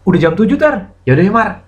Udah jam 7 Tar. Yaudah ya Mar.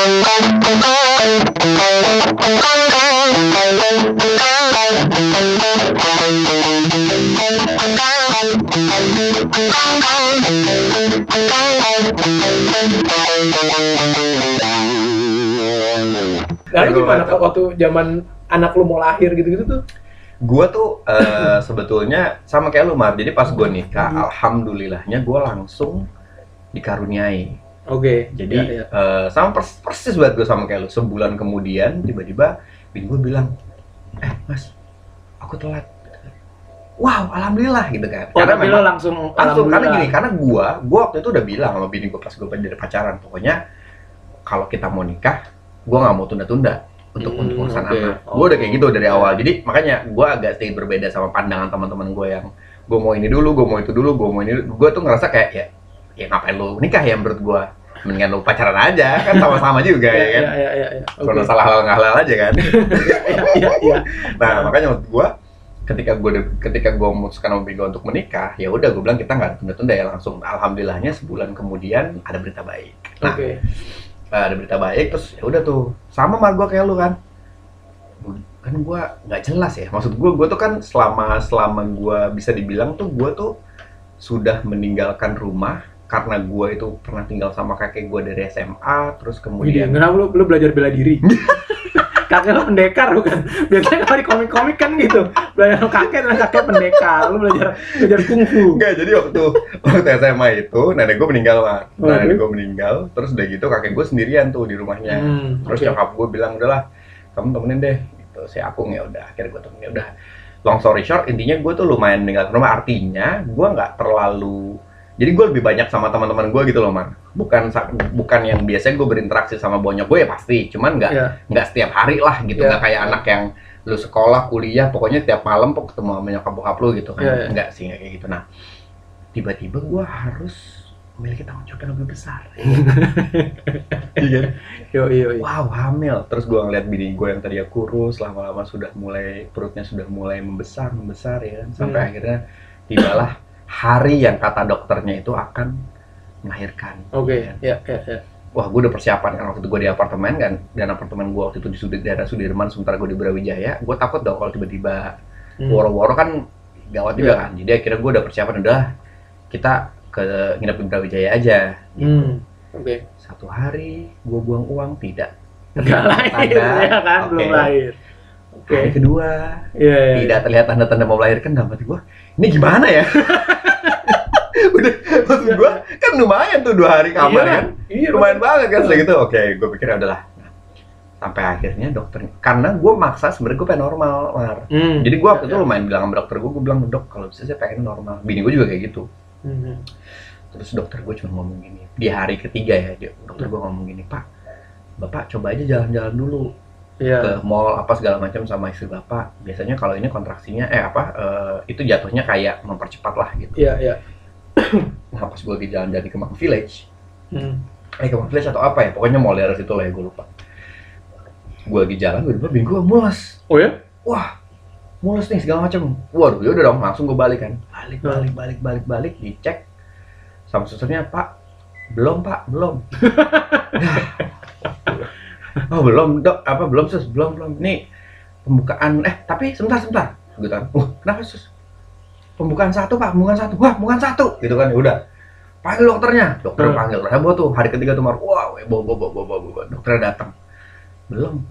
Lalu gimana waktu zaman anak lu mau lahir gitu-gitu tuh? Gua tuh sebetulnya sama kayak lu Mar. Jadi pas gua nikah, alhamdulillahnya gua langsung dikaruniai. Oke. Jadi sama persis banget gue sama kayak lu. Sebulan kemudian tiba-tiba bini gue bilang, Mas, aku telat. Wow, alhamdulillah gitu kan. Oh, tapi lo langsung karena gini, karena gue waktu itu udah bilang sama bini gue pas gue dari pacaran, pokoknya kalau kita mau nikah, gue nggak mau tunda-tunda untuk urusan anak. Gue udah kayak gitu dari awal. Jadi makanya gue agak sedikit berbeda sama pandangan teman-teman gue yang gue mau ini dulu, gue mau itu dulu, gue mau ini. Gue tuh ngerasa kayak ya ngapain lu nikah ya menurut gue. Mendingan lu pacaran aja, kan sama-sama juga ya kan. Iya. Kalau salah halal nggak halal aja kan. Iya. Nah makanya menurut gue, ketika gue memutuskan sama bini gue untuk menikah, ya udah gue bilang kita nggak tunda-tunda ya, langsung alhamdulillahnya sebulan kemudian ada berita baik. Nah, ada berita baik terus ya udah tuh sama sama gue kayak lu kan gue nggak jelas ya, maksud gue tuh kan selama gue bisa dibilang tuh gue tuh sudah meninggalkan rumah karena gue itu pernah tinggal sama kakek gue dari SMA, terus kemudian kenapa lu belajar bela diri? Kakek lo pendekar bukan? Biasanya kalau di komik-komik kan gitu, belajar kakek dan kakek pendekar, lu belajar kungfu. Enggak, jadi waktu SMA itu nenek gue meninggal Mas. Nenek gue meninggal, terus udah gitu kakek gue sendirian tuh di rumahnya. Terus nyokap gue bilang, udahlah kamu temenin deh gitu, si Akung. Ya udah, akhirnya gue temenin. Udah, long story short, intinya gue tuh lumayan meninggalkan rumah, artinya gue nggak terlalu. Jadi gue lebih banyak sama teman-teman gue gitu loh, Man. Bukan yang biasanya gue berinteraksi sama bonyok gue ya pasti, cuman nggak setiap hari lah gitu, nggak kayak anak yang lu sekolah, kuliah, pokoknya tiap malam ketemu sama nyokap bokap lu gitu kan. Nggak sih, nggak kayak gitu. Nah, tiba-tiba gue harus memiliki tanggung jawab yang lebih besar. Iya. Wow, hamil. Terus gue ngeliat bini gue yang tadinya kurus, lama-lama perutnya sudah mulai membesar ya kan. Sampai akhirnya tibalah hari yang kata dokternya itu akan melahirkan. Ya. Wah, gue udah persiapan kan waktu itu gue di apartemen kan, dan apartemen gue waktu itu di daerah Sudirman, sementara gue di Brawijaya. Gue takut dong kalau tiba-tiba woro-woro kan gawat juga kan. Jadi akhirnya gue udah persiapan, udah kita nginep di Brawijaya aja. Gitu. Satu hari gue buang uang tidak lahir ya kan, belum lahir. Hari kedua tidak terlihat tanda-tanda mau melahirkan. Dalam hati gue, ini gimana ya? Udah, maksud gue kan lumayan tuh 2 hari kabar kan, lumayan banget kan. Setelah gitu, gue pikir adalah sampai akhirnya dokter, karena gue maksa sebenarnya gue pengen normal, Mar. Jadi gue waktu itu lumayan bilang sama dokter gue bilang, dok kalau bisa saya pengen normal. Bini gue juga kayak gitu. Terus dokter gue cuma ngomong gini, di hari ketiga ya, dokter gue ngomong gini, Pak, Bapak coba aja jalan-jalan dulu ke mall apa segala macam sama istri Bapak. Biasanya kalau ini kontraksinya itu jatuhnya kayak mempercepat lah gitu. Nah pas gue lagi jalan dari Kemang Village, Kemang Village atau apa ya, pokoknya mall daerah situ lah ya, gue lupa. Gue lagi jalan, tiba-tiba bini gue mules. Oh ya? Wah, mules nih segala macam. Waduh, yaudah dong, langsung gue balik kan. Balik, dicek sama susternya, Pak, belum. Oh belum dok, belum sus, belum. Nih pembukaan, tapi sebentar. Gitu kan. Kenapa sus? Pembukaan 1 Pak, pembukaan 1. Wah, pembukaan 1. Gitu kan, ya udah. Panggil dokternya. Dokter panggil. Heboh tuh, hari ketiga tuh Mar. Wah, heboh. Dokternya datang. Belum.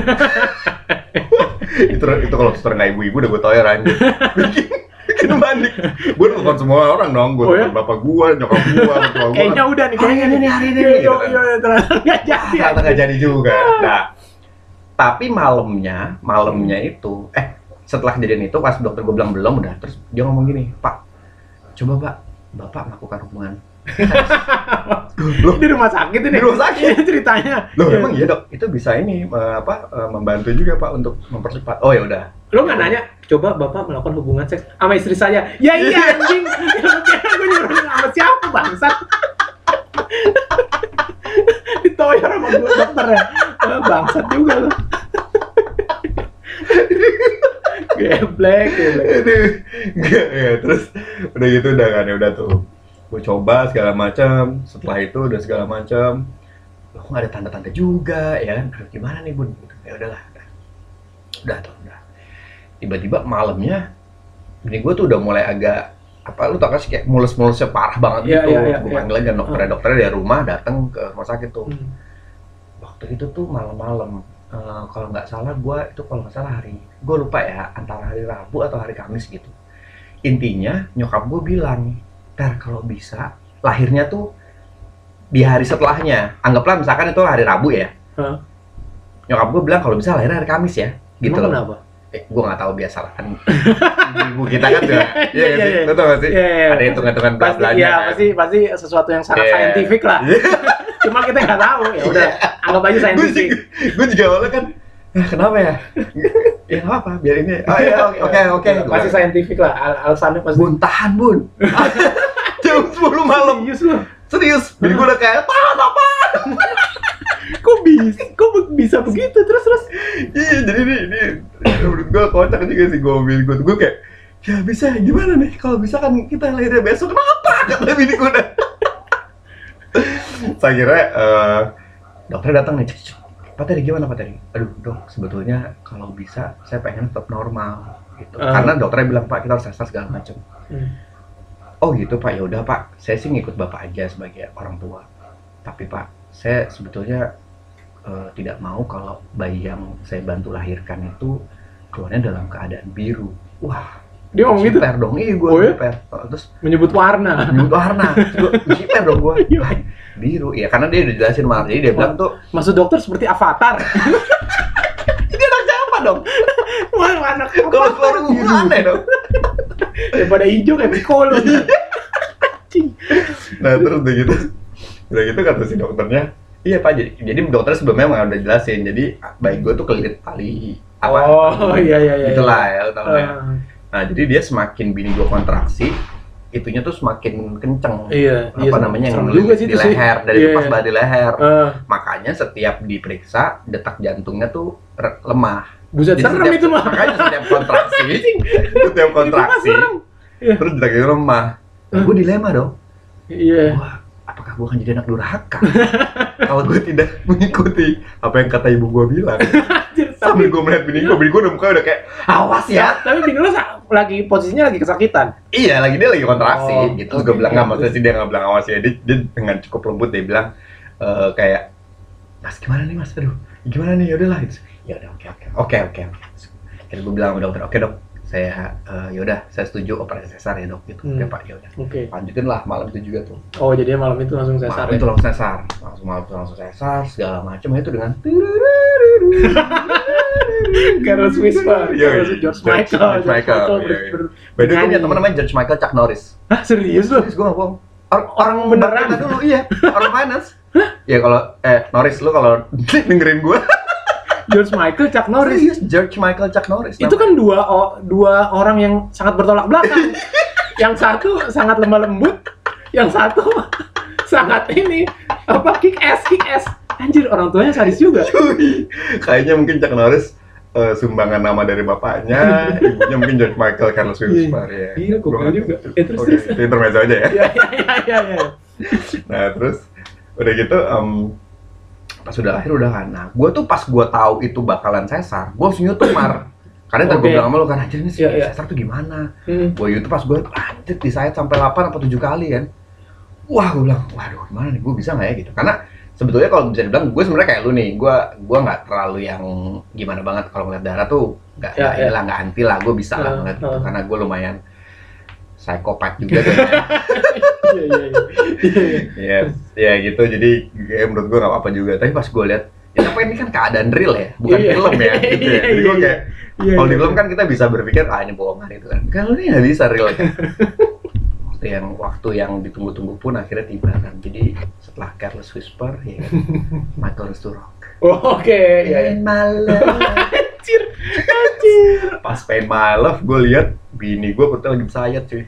itu kalau suster nggak ibu-ibu udah gue toyor aja. Bikin panik. Gue telepon semua orang dong, gue telepon bapak gue, nyokap gue, mertua gue. Kayaknya udah nih, hari ini. Ternyata nggak jadi juga. Nah, tapi malamnya itu, setelah kejadian itu pas dokter gue bilang belum, udah terus dia ngomong gini, Pak, coba Pak, Bapak melakukan hubungan. Di rumah sakit ini. Di rumah sakit ceritanya. Loh, emang iya dok, itu bisa ini membantu juga Pak untuk mempercepat. Oh ya udah. Lo nggak nanya, coba Bapak melakukan hubungan seks sama istri saya? Ya iya anjing. Gue nyuruh sama siapa bangsat? Ditoyor sama gue dokternya. Bangsat juga lo. Geblek. Enggak ya, terus udah gitu udah kan, ya udah tuh. gue coba segala macam, setelah itu udah segala macam, kok nggak ada tanda-tanda juga ya kan, aduh gimana nih bun, ya udahlah, udah. Tiba-tiba malamnya ini gue tuh udah mulai agak apa, lu tau kan sih kayak mulus-mulusnya parah banget gitu. Gue panggil aja dokternya dari rumah datang ke rumah sakit tuh. Waktu itu tuh malam-malam, kalau nggak salah hari, gue lupa ya, antara hari Rabu atau hari Kamis gitu. Intinya nyokap gue bilang, "Ter, kalau bisa lahirnya tuh di hari setelahnya." Anggaplah misalkan itu hari Rabu ya. Nyokap gue bilang kalau bisa lahirnya hari Kamis ya. Gitu loh. Kenapa? Gue nggak tahu, biasa lah kan. Ibu kita kan juga. Iya nggak sih? Betul nggak sih? Ada hitung-hitungan belas-belasnya. Iya, pasti sesuatu yang sangat saintifik lah. Cuma kita nggak tahu, ya udah anggap aja saintifik. Gue juga awalnya kan, kenapa ya? Ya nggak apa, biar ini. Oh ya, oke. Pasti saintifik lah, alasannya pasti. Bun, tahan bun. Jam 10 malam. Serius. Jadi gue udah kayak, tahan apa? Kok bisa begitu terus? Iya, jadi ini menurut gue kocak juga sih gue kayak, ya bisa gimana nih kalau bisa kan kita lahirnya besok, kenapa? Kata bini gue udah. Saya kira dokter datang nih, Pak Teri gimana Pak Teri? Aduh dok, sebetulnya kalau bisa saya pengen tetap normal gitu. Karena dokternya bilang Pak kita harus sesar segala macam. Oh gitu Pak, ya udah Pak, saya sih ngikut Bapak aja sebagai orang tua. Tapi Pak, saya sebetulnya tidak mau kalau bayi yang saya bantu lahirkan itu keluarnya dalam keadaan biru. Wah, dia ngomong gitu? Jiper dong, iya gue jiper. Terus menyebut warna. Jiper dong gue. Biru, ya karena dia udah jelasin Mar, jadi dia bilang tuh, maksud dokter seperti Avatar. ini anak siapa dong? Wah, anak kalau keluar biru aneh dong. Daripada hijau kayak Piccolo. Nah terus udah gitu kata si dokternya, iya Pak, jadi dokter sebelumnya emang udah jelasin, jadi bayi gue tuh kelilit tali apa? Oh iya. Gitulah ya, lo tau ya. Nah jadi dia semakin bini gue kontraksi, itunya tuh semakin kenceng. Iya. Namanya yang juga sih di leher, dari pas di leher. Makanya setiap diperiksa detak jantungnya tuh lemah. Buset, serem itu mah. Makanya setiap kontraksi, terus detaknya lemah. Gue dilema dong. Iya. Apakah gue akan jadi anak durhaka kalau gue tidak mengikuti apa yang kata ibu gue bilang? Sambil gue melihat bini gue udah mukanya udah kayak, awas ya. Tapi bini lu posisinya lagi kesakitan. Iya, dia lagi kontraksi gitu. Terus gue bilang nggak, maksudnya sih dia nggak bilang awas ya. Dia dengan cukup lembut dia bilang kayak, Mas gimana nih Mas? Aduh, gimana nih? Ya udahlah. Ya udah, oke. Akhirnya gue bilang sama dokter, oke dok, saya yaudah saya setuju operasi sesar ya dok gitu. Oke Pak, yaudah. Lanjutin lah malam itu juga tuh. Oh, jadi malam itu langsung sesar. Malam itu langsung sesar segala macam itu dengan Careless Whisper, George Michael. Beda punya teman namanya George Michael Chuck Norris. Hah, serius lu? Gue nggak bohong. Orang beneran dulu, iya. Orang finance. Ya kalau Norris lu kalau dengerin gue. George Michael Chuck Norris. Serius, George Michael Chuck Norris. Itu kan dua orang yang sangat bertolak belakang. Yang satu sangat lemah lembut, yang satu sangat kick ass. Anjir, orang tuanya sadis juga. Kayaknya mungkin Chuck Norris sumbangan nama dari bapaknya, ibunya mungkin George Michael Carlos Whisper ya. Iya, gokil juga. Terus. Itu intermezzo aja ya. Iya. Nah, terus udah gitu pas udah lahir udah kan. Nah, gue tuh pas gue tahu itu bakalan sesar, gue langsung YouTube Mar. Karena tadi gue bilang sama lu kan, anjir ini sesar tuh gimana? Gue YouTube pas gue anjir disayat sampai 8 atau 7 kali kan. Wah, gue bilang, waduh gimana nih, gue bisa nggak ya gitu? Karena sebetulnya kalau bisa dibilang, gue sebenarnya kayak lu nih, gue nggak terlalu yang gimana banget kalau ngeliat darah tuh nggak anti lah, gue bisa lah ngeliat gitu, karena gue lumayan psikopat juga kan. Iya gitu, jadi menurut gue nggak apa-apa juga. Tapi pas gue lihat, ya tapi ini kan keadaan real ya, bukan film ya. Gitu ya. Jadi gue kayak, kalau di film kan kita bisa berpikir, ini bohongan itu kan. Kalau ini nggak bisa real kan. Waktu yang ditunggu-tunggu pun akhirnya tiba kan. Jadi setelah Careless Whisper, ya kan, Michael Rest to Rock. Pain My Love. Anjir. Pas Pain My Love, gue lihat bini gue perutnya lagi bersayat cuy.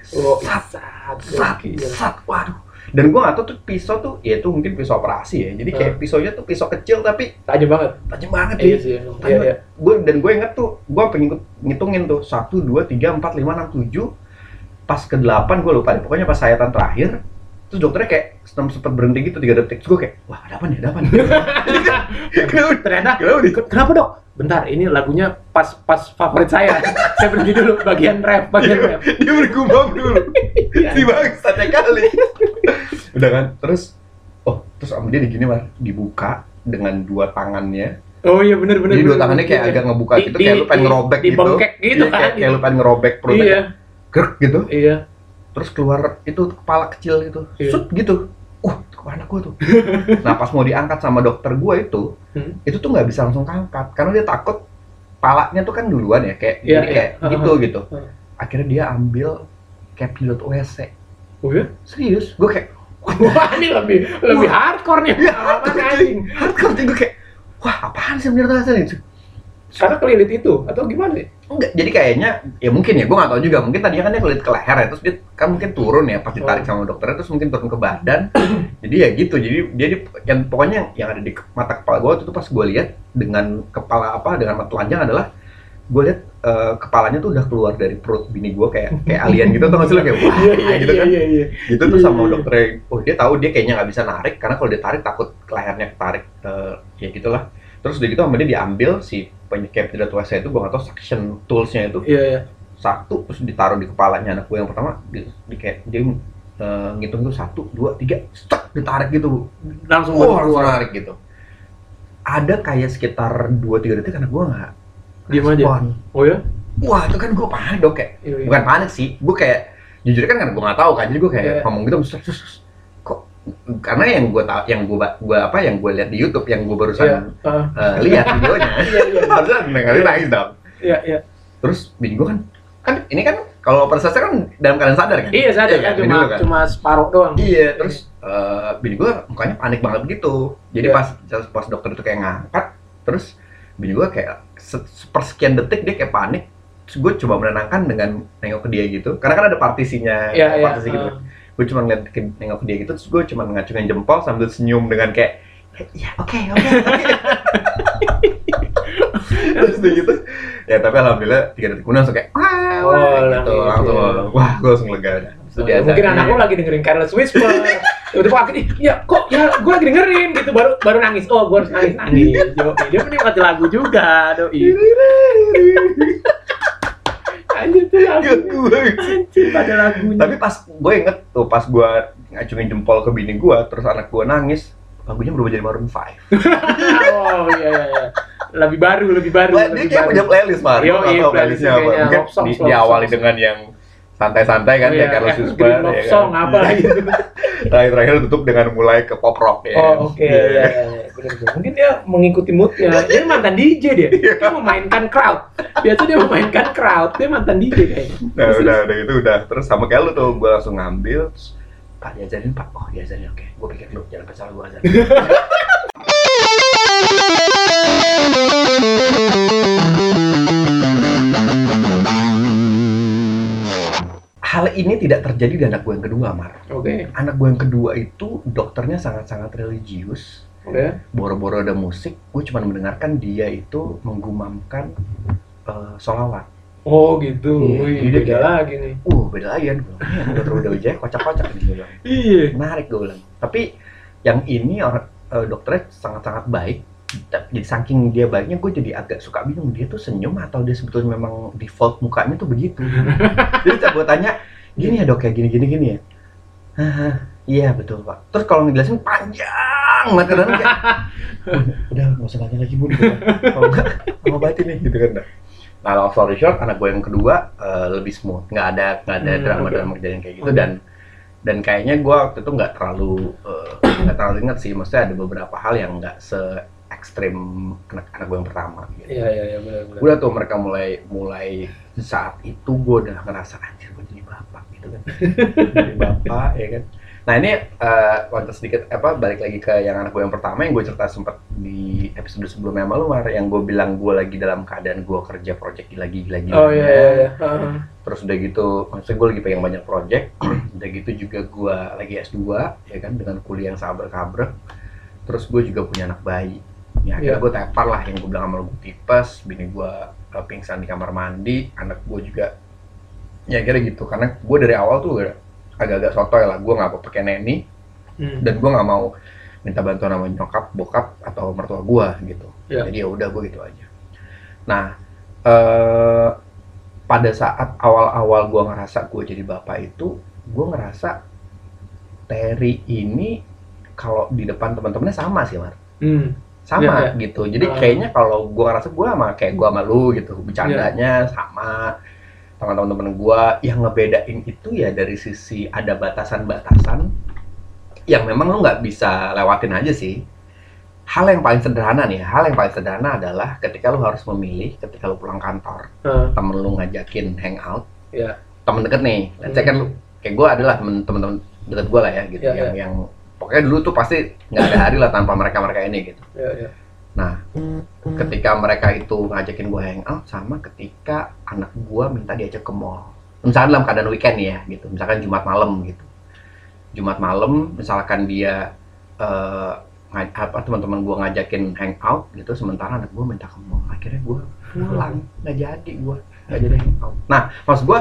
Sat. Waduh. Dan gue nggak tahu tuh pisau tuh, ya itu mungkin pisau operasi ya. Jadi kayak pisaunya tuh pisau kecil tapi tajam banget. Iya. Gue inget tuh, gue ngitungin tuh 1, 2, 3, 4, 5, 6, 7. Pas ke-8 gue lupa deh. Pokoknya pas sayatan terakhir Terus dokternya kayak sempat berhenti gitu 3 detik. Terus gue kayak, wah ada apa nih? Ternyata, kenapa dok? Bentar, ini lagunya pas favorit saya. Saya berhenti dulu, bagian rap. Dia bergumam dulu. Si bangsatnya kali. Udah kan, terus sama dia digini Mar, dibuka dengan 2 tangannya. Oh iya bener. Jadi 2 tangannya kayak agak ngebuka gitu, kayak lu pengen ngerobek gitu. Dibengkek gitu kan. Kayak lu pengen ngerobek perutnya. Iya. Grek gitu. Iya. Terus keluar itu kepala kecil gitu. Iya. Sut gitu. Itu kepala gua tuh. Nah pas mau diangkat sama dokter gua itu tuh nggak bisa langsung keangkat. Karena dia takut palanya tuh kan duluan ya, kayak Iya, jadi kayak gitu. Akhirnya dia ambil kayak pilot WC. Oh ya? Serius? Gua kayak, wah ini lebih hardcore nih. ya hardcore sih, gue kayak wah apaan sih bener rasanya. Karena kelilit itu atau gimana sih? Enggak, jadi kayaknya ya mungkin ya, gue nggak tahu juga, mungkin tadinya kan dia kelilit ke leher ya, terus dia kan mungkin turun ya pas ditarik sama dokternya, terus mungkin turun ke badan. Jadi ya gitu, jadi dia yang pokoknya yang ada di mata kepala gue itu pas gue lihat dengan kepala dengan mata telanjang adalah gue lihat kepalanya tuh udah keluar dari perut bini gue kayak alien gitu, tau gak sih lo, kayak wah gitu kan. Gitu tuh sama dokternya, dia tahu dia kayaknya nggak bisa narik karena kalau dia tarik takut lehernya ketarik, ya gitulah. Terus udah gitu sama dia diambil si penyekap tidak WC itu, gue nggak tahu suction toolsnya itu, satu terus ditaruh di kepalanya anak gue yang pertama, di kayak dia ngitung tuh 1, 2, 3, stuck, ditarik gitu, langsung narik gitu. Ada kayak sekitar 2-3 detik anak gue nggak diam aja. Oh ya? Wah itu kan gue panik dong, kayak bukan panik sih, gue kayak jujur kan karena gue nggak tahu kan, jadi gue kayak ngomong gitu terus kok, karena yang gue tahu, yang gue lihat di YouTube, yang gue barusan lihat videonya, harusnya dengerin nangis dong. Iya. Terus bini gue kan ini kan kalau persesnya kan dalam keadaan sadar kan? Iya sadar kan, cuma separuh doang. Iya, terus bini gue mukanya panik banget gitu. Jadi pas dokter itu kayak ngangkat, terus bini gue kayak sepersekian detik dia kayak panik. Terus gue coba menenangkan dengan nengok ke dia gitu, karena kan ada partisinya, partisi gitu. Gue cuma nengok ke dia gitu, terus gue cuma ngacungin jempol sambil senyum dengan kayak, ya oke. Terus gitu, ya tapi alhamdulillah 3 detik kemudian langsung kayak, wah gue langsung lega. Mungkin anak lo lagi dengerin Careless Whisper, tiba-tiba akhirnya, gue lagi dengerin gitu, baru nangis. Oh, gue harus nangis. Dia menikmati lagu juga, doi. Anjir tuh lagu. Anjir pada lagunya. Tapi pas gue inget tuh, pas gue ngacungin jempol ke bini gue, terus anak gue nangis, lagunya berubah jadi Maroon 5. Oh iya. Lebih baru. Dia kayak punya playlist, Mar. Gue nggak tahu playlistnya apa. Mungkin diawali dengan yang santai-santai kan, ya Careless Whisper, ya kan. Apa lagi itu. Terakhir tutup dengan mulai ke pop rock ya. Oh oke. Iya. Benar. Mungkin dia mengikuti moodnya. Dia mantan DJ dia. Dia memainkan crowd. Dia memainkan crowd. Dia mantan DJ kayaknya. Nah udah. Terus sama kayak lu tuh, gue langsung ngambil. Terus, Pak diajarin Pak. Oh diajarin, oke. Gue pikir lu jangan kesal gue ajarin. Hal ini tidak terjadi di anak gue yang kedua, Mar. Oke. Anak gue yang kedua itu dokternya sangat-sangat religius. Oke. Boro-boro ada musik, gue cuma mendengarkan dia itu menggumamkan sholawat. Oh gitu. Wih, beda lagi nih. Beda lagi kan. Ini udah ujek, kocak-kocak nih gue bilang. Iya. Menarik gue bilang. Tapi yang ini dokternya sangat-sangat baik. Jadi saking dia baiknya, gue jadi agak suka bingung, dia tuh senyum atau dia sebetulnya memang default mukanya tuh begitu. Jadi gue tanya, gini ya dok, kayak gini ya. Iya betul Pak. Terus kalau ngejelasin panjang banget, kadang kayak, udah nggak usah tanya lagi bun, kalau nggak ngobatin nih gitu kan. Nah long story short, anak gue yang kedua lebih smooth, nggak ada drama kejadian kayak gitu. Dan kayaknya gue waktu itu nggak terlalu ingat sih, maksudnya ada beberapa hal yang nggak se ekstrim anak gue yang pertama gitu. Iya benar. Udah tuh mereka mulai saat itu gue udah ngerasa anjir gue jadi bapak gitu kan. Jadi bapak ya kan. Nah ini wanita sedikit balik lagi ke yang anak gue yang pertama yang gue cerita sempat di episode sebelumnya sama lu, Mar, yang gue bilang gue lagi dalam keadaan gue kerja project gila-gila. Oh iya. Terus udah gitu, maksudnya gue lagi pengen banyak project. Udah gitu juga gue lagi S2 ya kan, dengan kuliah yang sabar-kabrek. Terus gue juga punya anak bayi. Ya akhirnya gue tepar lah, yang gue bilang sama lu, gue tipes, bini gue pingsan di kamar mandi, anak gue juga ya kira gitu. Karena gue dari awal tuh agak-agak sotoy lah, gue nggak mau pakai neni, dan gue nggak mau minta bantuan sama nyokap, bokap atau mertua gue gitu. Jadi ya udah gue gitu aja. Nah, pada saat awal-awal gue ngerasa gue jadi bapak itu, gue ngerasa Terry ini kalau di depan teman-temannya sama sih, Mar. Sama gitu. Jadi kayaknya kalau gue ngerasa gue sama lu gitu, bercandanya sama. Teman-teman gue yang ngebedain itu ya dari sisi ada batasan-batasan yang memang lu nggak bisa lewatin aja sih. Hal yang paling sederhana adalah ketika lu harus memilih, ketika lu pulang kantor, temen lu ngajakin hangout, temen deket nih, kan lu, kayak gue adalah temen-temen deket gue lah ya gitu, yang pokoknya dulu tuh pasti nggak ada hari lah tanpa mereka ini gitu. Nah, ketika mereka itu ngajakin gue hangout sama ketika anak gue minta diajak ke mall. Misalkan dalam keadaan weekend ya gitu, misalkan Jumat malam gitu. Jumat malam misalkan dia teman-teman gue ngajakin hangout gitu, sementara anak gue minta ke mall. Akhirnya gue pulang, nggak jadi hangout. Nah, maksud gue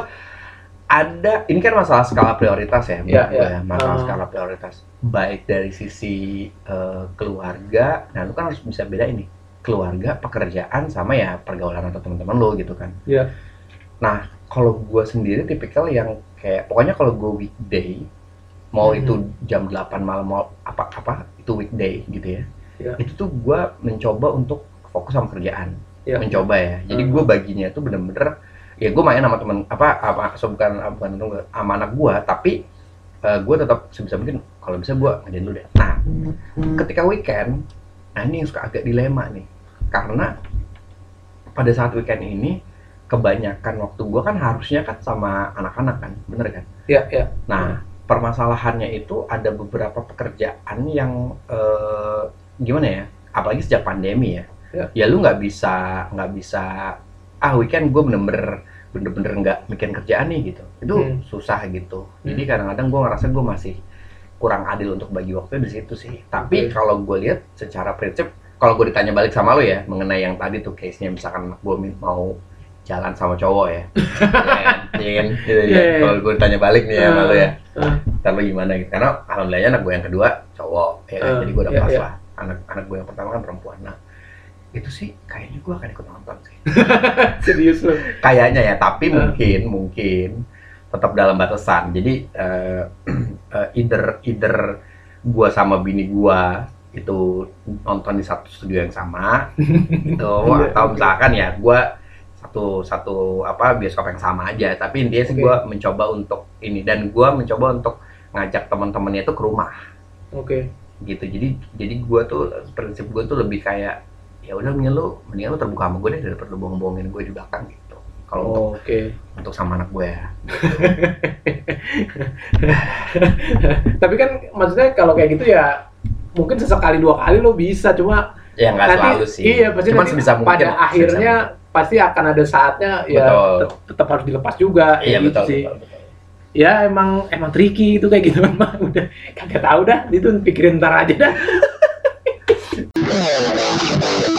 ini kan masalah skala prioritas ya, masalah skala prioritas. Baik dari sisi keluarga, nah lu kan harus bisa beda ini keluarga, pekerjaan, sama ya pergaulan atau teman-teman lo gitu kan. Nah, kalau gue sendiri tipikal yang kayak, pokoknya kalau gue weekday, mau itu jam 8 malam, mau apa itu weekday gitu ya. Itu tuh gue mencoba untuk fokus sama kerjaan, mencoba ya. Jadi gue baginya itu bener-bener, ya gue main sama temen bukan sama anak gue, tapi gue tetap sebisa mungkin kalau bisa gue ngajarin dulu deh. Nah, ketika weekend, nah ini yang suka agak dilema nih, karena pada saat weekend ini kebanyakan waktu gue kan harusnya kan sama anak-anak kan, bener kan? Nah, permasalahannya itu ada beberapa pekerjaan yang gimana ya, apalagi sejak pandemi ya, ya lu nggak bisa weekend gue bener-bener nggak mikirin kerjaan nih gitu, itu susah gitu. Jadi kadang-kadang gue ngerasa gue masih kurang adil untuk bagi waktu di situ sih. Tapi kalau gue lihat secara prinsip, kalau gue ditanya balik sama lo ya mengenai yang tadi tuh case-nya, misalkan gue mau jalan sama cowok ya, kalau gue ditanya balik nih ya sama lo ya, ntar lo gimana gitu? Karena alhamdulillahnya anak gue yang kedua cowok, ya kan? Jadi gue udah pas lah. Anak gue yang pertama kan perempuan. Nah, itu sih kayaknya gue akan ikut nonton sih. Serius lo? Kayaknya ya, tapi mungkin tetap dalam batasan. Jadi either gue sama bini gue itu nonton di satu studio yang sama gitu, atau misalkan ya gue satu bioskop yang sama aja. Tapi intinya sih gue mencoba untuk ini, dan gue mencoba untuk ngajak teman-temannya itu ke rumah. Gitu. Jadi gue tuh prinsip gue tuh lebih kayak, ya udah mendingan lu terbuka sama gue deh daripada lu bohong-bohongin gue di belakang gitu. Kalau untuk sama anak gue ya. Tapi kan maksudnya kalau kayak gitu ya mungkin sesekali 2 kali lo bisa, cuma ya nggak selalu sih. Iya, pasti cuman sebisa mungkin. Pada akhirnya pasti akan ada saatnya ya tetap harus dilepas juga. Iya, gitu sih. Ya emang tricky itu kayak gitu, emang udah kagak tahu dah, itu pikirin ntar aja dah.